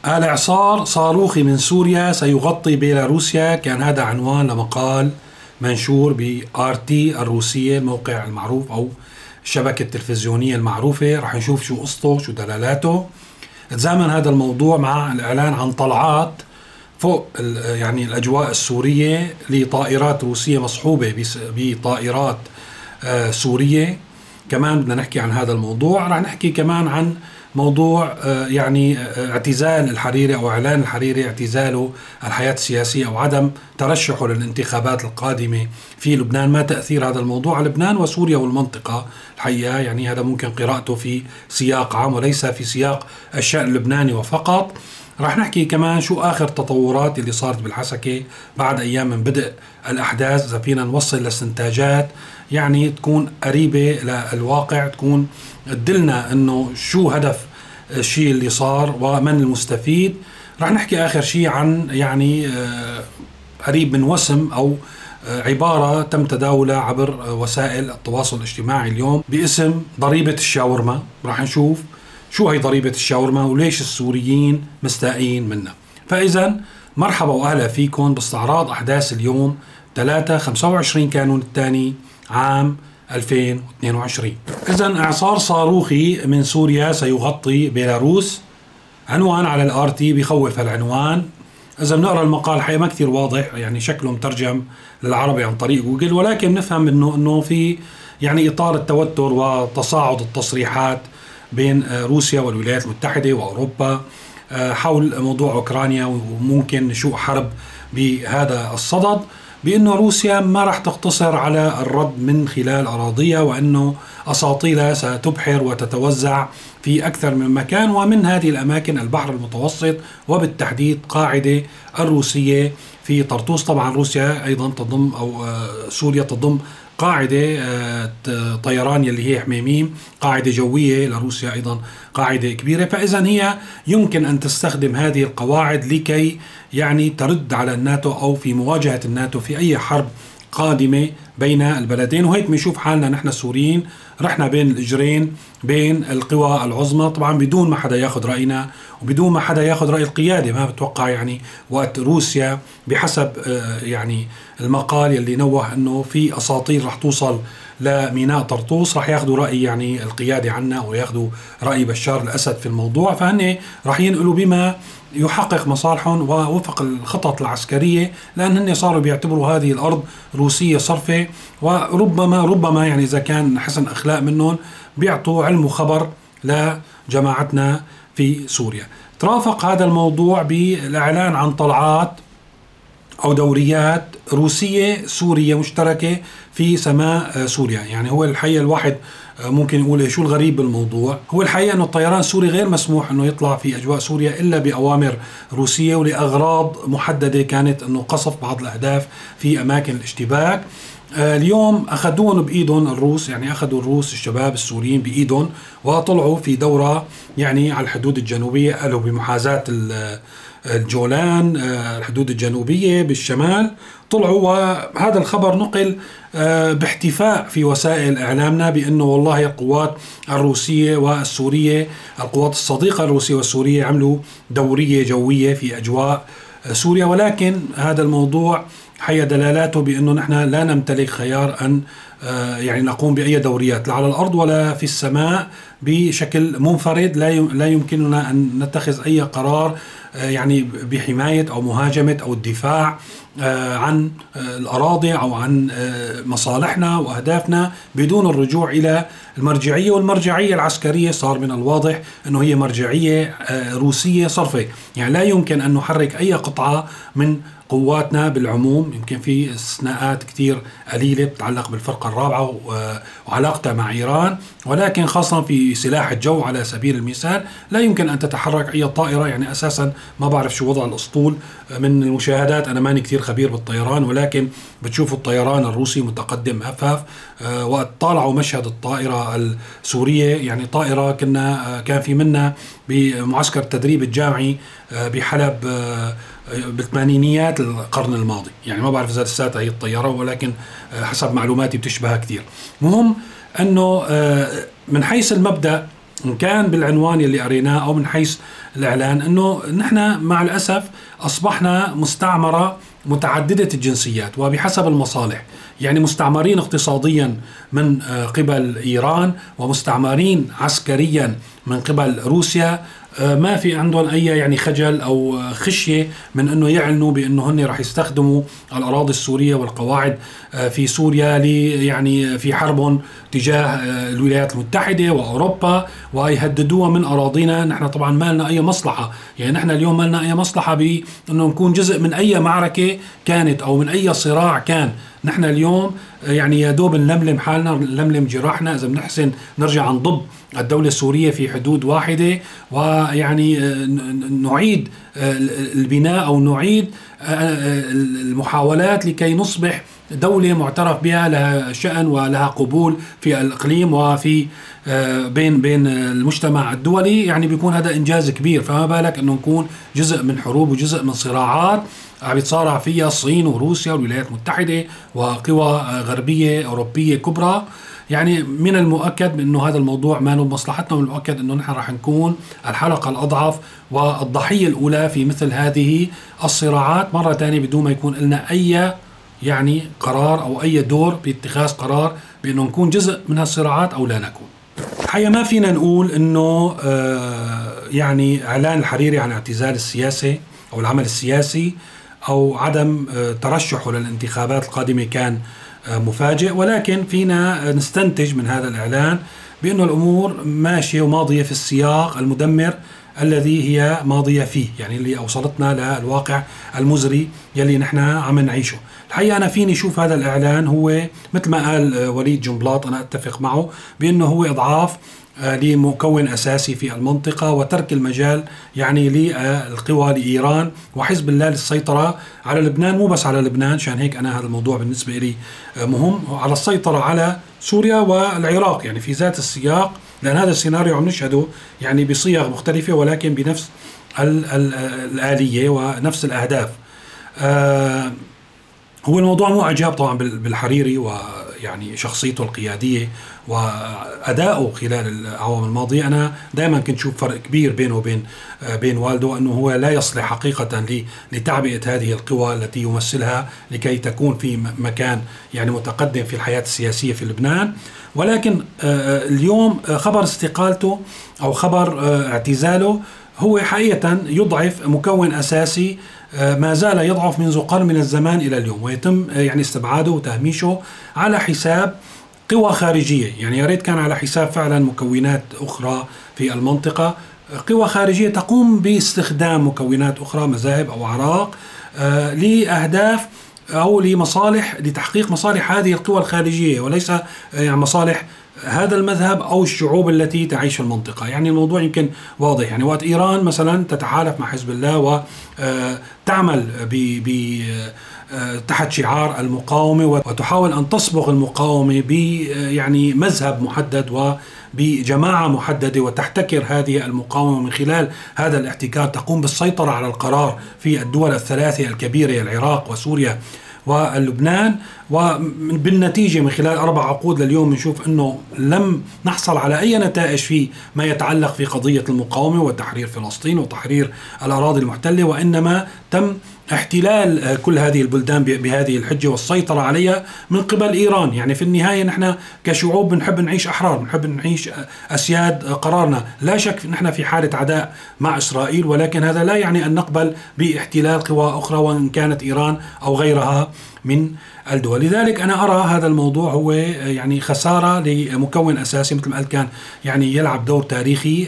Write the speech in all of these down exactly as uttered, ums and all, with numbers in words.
الإعصار صاروخي من سوريا سيغطي بيلاروسيا، كان هذا عنوان لمقال منشور بآر تي الروسية، الموقع المعروف أو الشبكة التلفزيونية المعروفة. رح نشوف شو قصته شو دلالاته. تزامن هذا الموضوع مع الإعلان عن طلعات فوق يعني الأجواء السورية لطائرات روسية مصحوبة بطائرات سورية. كمان بدنا نحكي عن هذا الموضوع. رح نحكي كمان عن موضوع يعني اعتزال الحريري أو إعلان الحريري اعتزاله الحياة السياسية أو عدم ترشحه للانتخابات القادمة في لبنان. ما تأثير هذا الموضوع على لبنان وسوريا والمنطقة؟ الحقيقة يعني هذا ممكن قراءته في سياق عام وليس في سياق الشأن اللبناني وفقط. راح نحكي كمان شو آخر تطورات اللي صارت بالحسكة بعد أيام من بدء الأحداث، إذا فينا نوصل لاستنتاجات يعني تكون قريبة للواقع، تكون تدلنا أنه شو هدف الشيء اللي صار ومن المستفيد. راح نحكي آخر شيء عن يعني قريب من وسم أو عبارة تم تداولها عبر وسائل التواصل الاجتماعي اليوم باسم ضريبة الشاورما. راح نشوف شو هي ضريبة الشاورما وليش السوريين مستائين منها. فإذا مرحبا وأهلا فيكم باستعراض أحداث اليوم ثلاثة خمسة وعشرين كانون الثاني عام ألفين واثنين وعشرين. إذن إعصار صاروخي من سوريا سيغطي بيلاروس، عنوان على الآر تي بيخوف هالعنوان. إذا بنقرأ المقال حقيقة ما كثير واضح، يعني شكله مترجم للعربي عن طريق جوجل، ولكن نفهم إنه إنه في يعني إطار التوتر وتصاعد التصريحات بين روسيا والولايات المتحدة وأوروبا حول موضوع أوكرانيا وممكن نشوء حرب بهذا الصدد، بأنه روسيا ما راح تقتصر على الرد من خلال أراضيها، وأنه أساطيلها ستبحر وتتوزع في أكثر من مكان، ومن هذه الأماكن البحر المتوسط وبالتحديد قاعدة الروسية في طرطوس. طبعا روسيا أيضا تضم أو سوريا تضم قاعدة طيران يلي هي حميميم، قاعدة جوية لروسيا أيضا قاعدة كبيرة. فإذا هي يمكن أن تستخدم هذه القواعد لكي يعني ترد على الناتو أو في مواجهة الناتو في أي حرب قادمة بين البلدين. وهيك بنشوف حالنا نحن السوريين رحنا بين الإجرين بين القوى العظمى، طبعا بدون ما حدا ياخذ رأينا وبدون ما حدا ياخذ رأي القيادة. ما بتوقع يعني وقت روسيا بحسب يعني المقال يلي نوه أنه في أساطير رح توصل لميناء طرطوس رح ياخذوا رأي يعني القيادة عنا وياخذوا رأي بشار الأسد في الموضوع، فهن رح ينقلوا بما يحقق مصالحهم ووفق الخطط العسكرية، لأن هن صاروا بيعتبروا هذه الأرض روسية صرفة، وربما ربما يعني إذا كان حسن أخلاق منهم بيعطوا علم وخبر لجماعتنا في سوريا. ترافق هذا الموضوع بالإعلان عن طلعات أو دوريات روسية سورية مشتركة في سماء سوريا. يعني هو الحقيقة الواحد ممكن يقول شو الغريب بالموضوع، هو الحقيقة أنه الطيران السوري غير مسموح أنه يطلع في أجواء سوريا إلا بأوامر روسية ولأغراض محددة، كانت أنه قصف بعض الأهداف في أماكن الاشتباك. اليوم أخذوهم بإيدهم الروس، يعني أخذوا الروس الشباب السوريين بإيدهم وطلعوا في دورة يعني على الحدود الجنوبية، قالوا بمحاذاة الجولان الحدود الجنوبية بالشمال طلعوا. وهذا الخبر نقل باحتفاء في وسائل إعلامنا بأنه والله القوات الروسية والسورية، القوات الصديقة الروسية والسورية عملوا دورية جوية في أجواء سوريا. ولكن هذا الموضوع حي دلالاته بأنه نحن لا نمتلك خيار أن يعني نقوم بأي دوريات لا على الأرض ولا في السماء بشكل منفرد. لا يمكننا أن نتخذ أي قرار يعني بحماية أو مهاجمة أو الدفاع عن الأراضي أو عن مصالحنا وأهدافنا بدون الرجوع إلى المرجعية. والمرجعية العسكرية صار من الواضح أنه هي مرجعية روسية صرفة، يعني لا يمكن أن نحرك أي قطعة من قواتنا بالعموم. يمكن في استثناءات كتير قليلة بتتعلق بالفرقة الرابعة وعلاقتها مع إيران، ولكن خاصة في سلاح الجو على سبيل المثال لا يمكن أن تتحرك أي طائرة. يعني أساسا ما بعرف شو وضع الأسطول من المشاهدات، أنا ماني كتير خبير بالطيران، ولكن بتشوفوا الطيران الروسي متقدم هفاف. أه وقت طالعوا مشهد الطائرة السورية، يعني طائرة كنا كان في منا بمعسكر التدريب الجامعي بحلب بالثمانينيات القرن الماضي، يعني ما بعرف إذا لساتها هي الطيارة، ولكن حسب معلوماتي بتشبهها كتير. مهم أنه من حيث المبدأ إن كان بالعنوان اللي قريناه أو من حيث الإعلان، أنه نحن مع الأسف أصبحنا مستعمرة متعددة الجنسيات وبحسب المصالح، يعني مستعمرين اقتصاديا من قبل إيران ومستعمرين عسكريا من قبل روسيا. ما في عندهم أي يعني خجل أو خشية من أنه يعلنوا بأنه هن رح يستخدموا الأراضي السورية والقواعد في سوريا لي يعني في حرب تجاه الولايات المتحدة وأوروبا ويهددوها من أراضينا. نحن طبعا ما لنا أي مصلحة، يعني نحن اليوم ما لنا أي مصلحة بأنه نكون جزء من أي معركة كانت أو من أي صراع كان. نحن اليوم يعني يا دوب نلملم حالنا نلملم جراحنا، إذا بنحسن نرجع نضب الدولة السورية في حدود واحدة ويعني نعيد البناء أو نعيد المحاولات لكي نصبح دولة معترف بها لها شأن ولها قبول في الإقليم وفي بين بين المجتمع الدولي. يعني بيكون هذا إنجاز كبير، فما بالك أنه نكون جزء من حروب وجزء من صراعات عم يتصارع فيها الصين وروسيا والولايات المتحدة وقوى غربية أوروبية كبرى. يعني من المؤكد أنه هذا الموضوع ما له بمصلحتنا، ومن المؤكد أنه نحن راح نكون الحلقة الأضعف والضحية الأولى في مثل هذه الصراعات مرة تانية بدون ما يكون لنا أي يعني قرار أو أي دور باتخاذ قرار بأنه نكون جزء من هالصراعات أو لا نكون. حقيقة ما فينا نقول أنه آه يعني إعلان الحريري عن اعتزال السياسة أو العمل السياسي أو عدم آه ترشحه للانتخابات القادمة كان آه مفاجئ، ولكن فينا نستنتج من هذا الإعلان بأنه الأمور ماشية وماضية في السياق المدمر الذي هي ماضية فيه، يعني اللي أوصلتنا للواقع المزري يلي نحن عم نعيشه. الحقيقة أنا فيني شوف هذا الإعلان هو مثل ما قال وليد جنبلاط، أنا أتفق معه بأنه هو إضعاف لمكون أساسي في المنطقة وترك المجال يعني للقوى لإيران وحزب الله للسيطرة على لبنان، مو بس على لبنان. شان هيك أنا هذا الموضوع بالنسبة لي مهم، على السيطرة على سوريا والعراق يعني في ذات السياق، لأن هذا السيناريو عم نشهده يعني بصيغ مختلفة ولكن بنفس ال ال الآلية ونفس الأهداف. آه هو الموضوع مو عجاب طبعا بالحريري ويعني شخصيته القيادية وأداؤه خلال الأعوام الماضية. أنا دائما كنت شوف فرق كبير بينه وبين بين والده، أنه هو لا يصلح حقيقة لتعبئة هذه القوى التي يمثلها لكي تكون في مكان يعني متقدم في الحياة السياسية في لبنان. ولكن اليوم خبر استقالته أو خبر اعتزاله هو حقيقة يضعف مكون أساسي ما زال يضعف منذ قرن من الزمان إلى اليوم، ويتم يعني استبعاده وتهميشه على حساب قوى خارجية. يعني يا ريت كان على حساب فعلا مكونات أخرى في المنطقة، قوى خارجية تقوم باستخدام مكونات أخرى مذاهب أو أعراق آه لأهداف أو لمصالح لتحقيق مصالح هذه القوى الخارجية وليس يعني مصالح هذا المذهب أو الشعوب التي تعيش في المنطقة. يعني الموضوع يمكن واضح، يعني وقت إيران مثلا تتحالف مع حزب الله وتعمل ب تحت شعار المقاومة وتحاول أن تصبغ المقاومة ب يعني مذهب محدد وبجماعة محددة وتحتكر هذه المقاومة من خلال هذا الاحتكار تقوم بالسيطرة على القرار في الدول الثلاثة الكبيرة العراق وسوريا ولبنان. وبالنتيجة من خلال أربع عقود لليوم نشوف أنه لم نحصل على أي نتائج في ما يتعلق في قضية المقاومة وتحرير فلسطين وتحرير الأراضي المحتلة، وإنما تم احتلال كل هذه البلدان بهذه الحجة والسيطرة عليها من قبل إيران. يعني في النهاية نحن كشعوب بنحب نعيش أحرار، بنحب نعيش أسياد قرارنا، لا شك نحن في حالة عداء مع إسرائيل، ولكن هذا لا يعني أن نقبل باحتلال قوى أخرى وإن كانت إيران أو غيرها من الدول. لذلك أنا أرى هذا الموضوع هو يعني خسارة لمكون أساسي مثل ما قلت كان يعني يلعب دور تاريخي،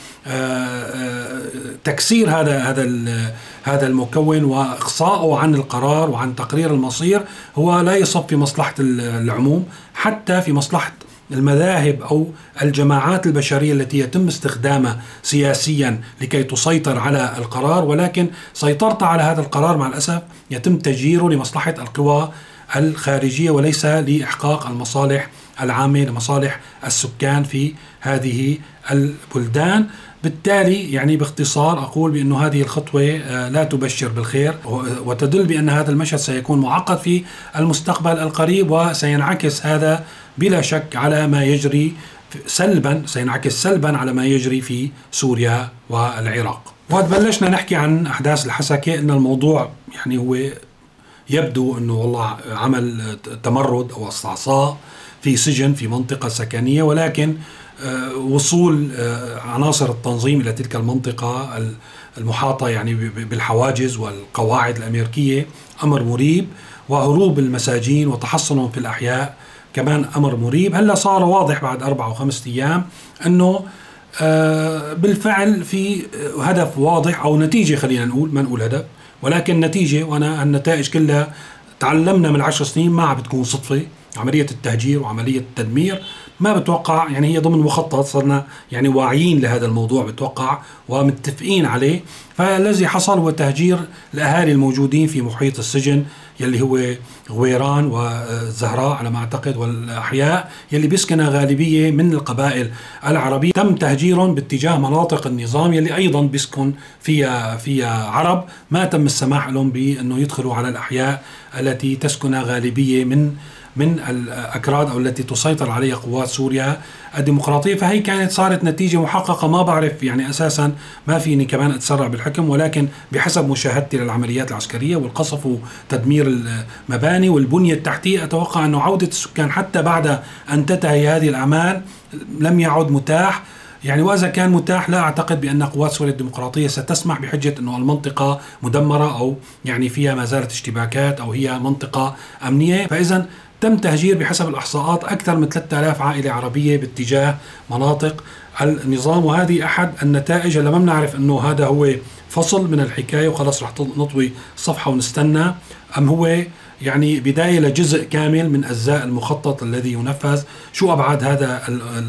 وتكسير هذا هذا هذا المكون وإقصاؤه عن القرار وعن تقرير المصير هو لا يصب في مصلحة العموم، حتى في مصلحة المذاهب أو الجماعات البشرية التي يتم استخدامها سياسيا لكي تسيطر على القرار، ولكن سيطرت على هذا القرار مع الأسف يتم تجييره لمصلحة القوى الخارجية وليس لإحقاق المصالح العامة لمصالح السكان في هذه البلدان. بالتالي يعني باختصار أقول بأن هذه الخطوة لا تبشر بالخير وتدل بأن هذا المشهد سيكون معقد في المستقبل القريب، وسينعكس هذا بلا شك على ما يجري سلبا سينعكس سلبا على ما يجري في سوريا والعراق. وقد بلشنا نحكي عن أحداث الحسكة إن الموضوع يعني هو يبدو أنه والله عمل تمرد أو استعصاء في سجن في منطقة سكنية، ولكن وصول عناصر التنظيم إلى تلك المنطقة المحاطة يعني بالحواجز والقواعد الأمريكية أمر مريب، وهروب المساجين وتحصنهم في الأحياء كمان أمر مريب. هلا صار واضح بعد أربعة وخمسة أيام أنه بالفعل في هدف واضح أو نتيجة، خلينا نقول ما نقول هدف ولكن نتيجة، وأنا النتائج كلها تعلمنا من عشر سنين ما بتكون صدفة. عملية التهجير وعملية التدمير ما بتوقع يعني هي ضمن مخطط، صرنا يعني واعيين لهذا الموضوع بتوقع ومتفقين عليه. فالذي حصل هو تهجير الأهالي الموجودين في محيط السجن يلي هو غويران والزهراء على ما أعتقد، والأحياء يلي بيسكنها غالبية من القبائل العربية، تم تهجيرهم باتجاه مناطق النظام يلي أيضا بيسكن فيها فيها عرب، ما تم السماح لهم بأنه يدخلوا على الأحياء التي تسكنها غالبية من من الأكراد أو التي تسيطر عليها قوات سوريا الديمقراطية. فهي كانت صارت نتيجة محققة. ما بعرف يعني أساسا ما فيني كمان أتسرع بالحكم، ولكن بحسب مشاهدتي للعمليات العسكرية والقصف وتدمير المباني والبنية التحتية، أتوقع أنه عودة السكان حتى بعد أن تنتهي هذه الأعمال لم يعد متاح. يعني وإذا كان متاح لا أعتقد بأن قوات سوريا الديمقراطية ستسمح بحجة أنه المنطقة مدمرة أو يعني فيها ما زالت اشتباكات أو هي منطقة أمنية. فإذا تم تهجير بحسب الإحصاءات أكثر من ثلاثة آلاف عائلة عربية باتجاه مناطق النظام، وهذه أحد النتائج اللي ما بنعرف أنه هذا هو فصل من الحكاية وخلاص رح نطوي صفحة ونستنى، أم هو يعني بداية لجزء كامل من أجزاء المخطط الذي ينفذ. شو أبعاد هذا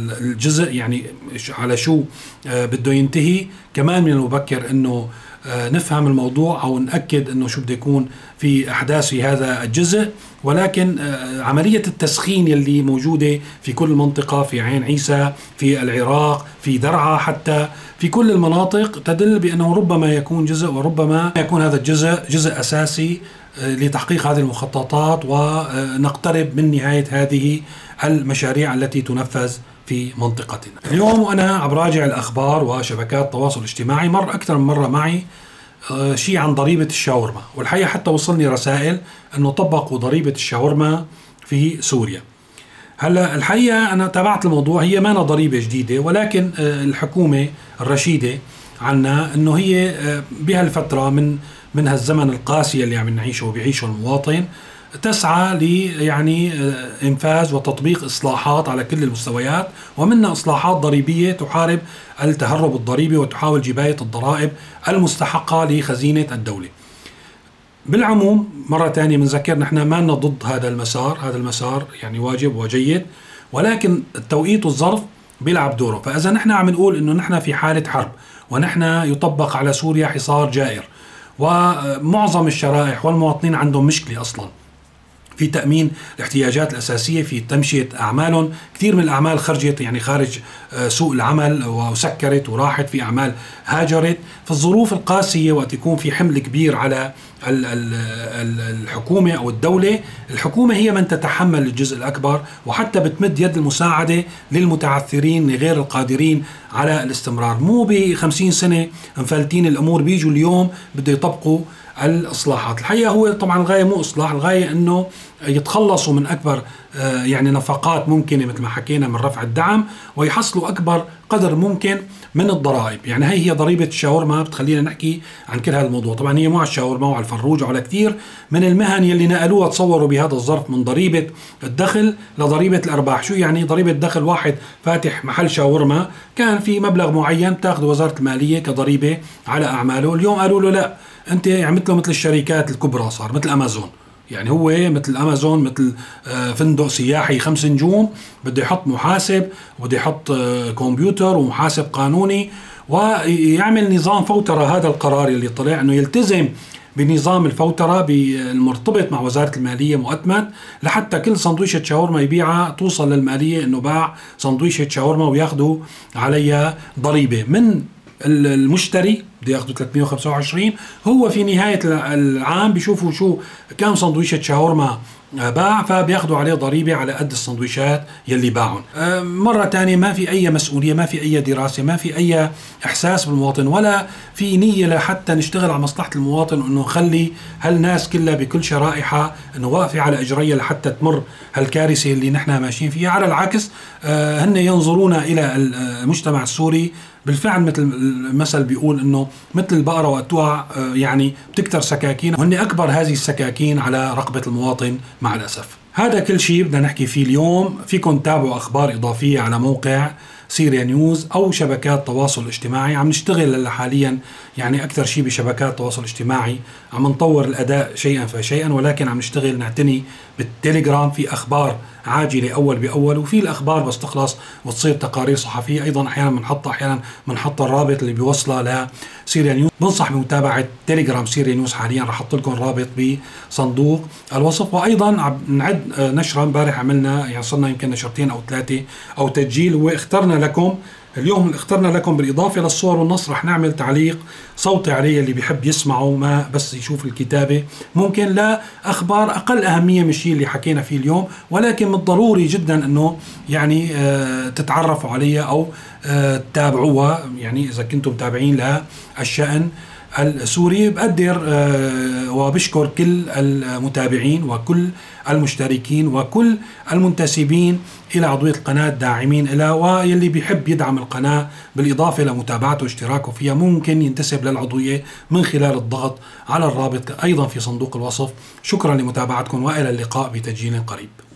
الجزء يعني على شو بده ينتهي؟ كمان من المبكر أنه نفهم الموضوع أو نأكد أنه شو بده يكون في أحداث في هذا الجزء. ولكن عملية التسخين يلي موجودة في كل منطقة، في عين عيسى، في العراق، في درعا، حتى في كل المناطق، تدل بأنه ربما يكون جزء وربما يكون هذا الجزء جزء أساسي لتحقيق هذه المخططات ونقترب من نهاية هذه المشاريع التي تنفذ في منطقتنا. اليوم وأنا عم راجع الأخبار وشبكات التواصل الاجتماعي مر أكثر من مرة معي شيء عن ضريبة الشاورما، والحقيقة حتى وصلني رسائل أنه طبقوا ضريبة الشاورما في سوريا. هلا الحقيقة أنا تابعت الموضوع، هي ما ضريبة جديدة، ولكن الحكومة الرشيدة عنا أنه هي بهالفترة من من هالزمن القاسي اللي عم نعيشه وبيعيشه المواطن تسعى لي يعني إنفاذ وتطبيق إصلاحات على كل المستويات، ومنها إصلاحات ضريبية تحارب التهرب الضريبي وتحاول جباية الضرائب المستحقة لخزينة الدولة. بالعموم مرة تانية بنذكر نحن ما لنا ضد هذا المسار، هذا المسار يعني واجب وجيد، ولكن التوقيت والظرف بيلعب دوره. فإذا نحن عم نقول إنه نحن في حالة حرب ونحن يطبق على سوريا حصار جائر، ومعظم الشرائح والمواطنين عندهم مشكلة أصلاً في تأمين الاحتياجات الأساسية، في تمشية أعمالهم، كثير من الأعمال خرجت يعني خارج سوق العمل وسكرت وراحت، في أعمال هاجرت. في الظروف القاسية وقت يكون في حمل كبير على الحكومة أو الدولة، الحكومة هي من تتحمل الجزء الأكبر، وحتى بتمد يد المساعدة للمتعثرين غير القادرين على الاستمرار. مو بخمسين سنة مفلتين الأمور، بيجوا اليوم بده يطبقوا الإصلاحات. الحقيقة هو طبعا الغاية مو إصلاح، الغاية أنه يتخلصوا من أكبر يعني نفقات ممكنة مثل ما حكينا من رفع الدعم، ويحصلوا أكبر قدر ممكن من الضرائب. يعني هي هي ضريبة الشاورما بتخلينا نحكي عن كل هذا الموضوع. طبعا هي مو على الشاورما وعلى الفروج وعلى كثير من المهن يلي نقلوها تصوروا بهذا الظرف من ضريبة الدخل لضريبة الأرباح. شو يعني ضريبة دخل؟ واحد فاتح محل شاورما كان في مبلغ معين بتاخذ وزارة المالية كضريبة على أعماله، اليوم قالوا له لا، أنت عملت له مثل الشركات الكبرى، صار مثل أمازون. يعني هو مثل أمازون، مثل فندق سياحي خمس نجوم، بده يحط محاسب وبده يحط كمبيوتر ومحاسب قانوني ويعمل نظام فوترة. هذا القرار اللي طلع أنه يلتزم بنظام الفوترة المرتبط مع وزارة المالية مؤتمت، لحتى كل سندويشة شاورما يبيعها توصل للمالية أنه باع سندويشة شاورما وياخدوا عليها ضريبة. من المشتري بده ياخذوا ثلاثمئة وخمسة وعشرين، هو في نهاية العام بيشوفوا شو كم سندويشة شاورما باع، فبياخذوا عليه ضريبة على قد السندويشات يلي باعهم. مرة تانية ما في أي مسؤولية، ما في أي دراسة، ما في أي إحساس بالمواطن، ولا في نية لحتى نشتغل على مصلحة المواطن، إنه نخلي هالناس كلها بكل شرائحها إنه واقفة على إجريها لحتى تمر هالكارثة اللي نحن ماشيين فيها. على العكس هن ينظرون إلى المجتمع السوري بالفعل مثل المثل بيقول انه مثل البقرة وقتها يعني بتكتر سكاكين، وهن اكبر هذه السكاكين على رقبة المواطن مع الاسف. هذا كل شيء بدنا نحكي فيه اليوم. فيكم تتابعوا اخبار اضافية على موقع سيريا نيوز او شبكات التواصل الاجتماعي. عم نشتغل حاليا يعني اكثر شيء بشبكات التواصل الاجتماعي، عم نطور الاداء شيئا فشيئا، ولكن عم نشتغل نعتني بالتليجرام في اخبار عاجله اول باول، وفي الاخبار بس تخلص وتصير تقارير صحفيه ايضا احيانا بنحطها، احيانا بنحط الرابط اللي بيوصله لسيريا نيوز. بنصح بمتابعه تليجرام سيريا نيوز حاليا، رح احط لكم رابط بصندوق الوصف. وايضا عم نعد نشره، امبارح عملنا يعني صرنا يمكن نشرتين او ثلاثه او تسجيل، واخترنا لكم اليوم اخترنا لكم بالإضافة للصور والنص رح نعمل تعليق صوتي عليه، اللي بيحب يسمعه ما بس يشوف الكتابة، ممكن لا أخبار أقل أهمية من الشيء اللي حكينا فيه اليوم، ولكن من الضروري جدا أنه يعني آه تتعرفوا عليها أو آه تتابعوها. يعني إذا كنتم متابعين لها الشأن السوري. بقدر آه وبشكر كل المتابعين وكل المشتركين وكل المنتسبين إلى عضوية القناة، داعمين إلى، ويلي بيحب يدعم القناة بالإضافة لمتابعته واشتراكه فيها ممكن ينتسب للعضوية من خلال الضغط على الرابط أيضا في صندوق الوصف. شكرا لمتابعتكم وإلى اللقاء بتسجيل قريب.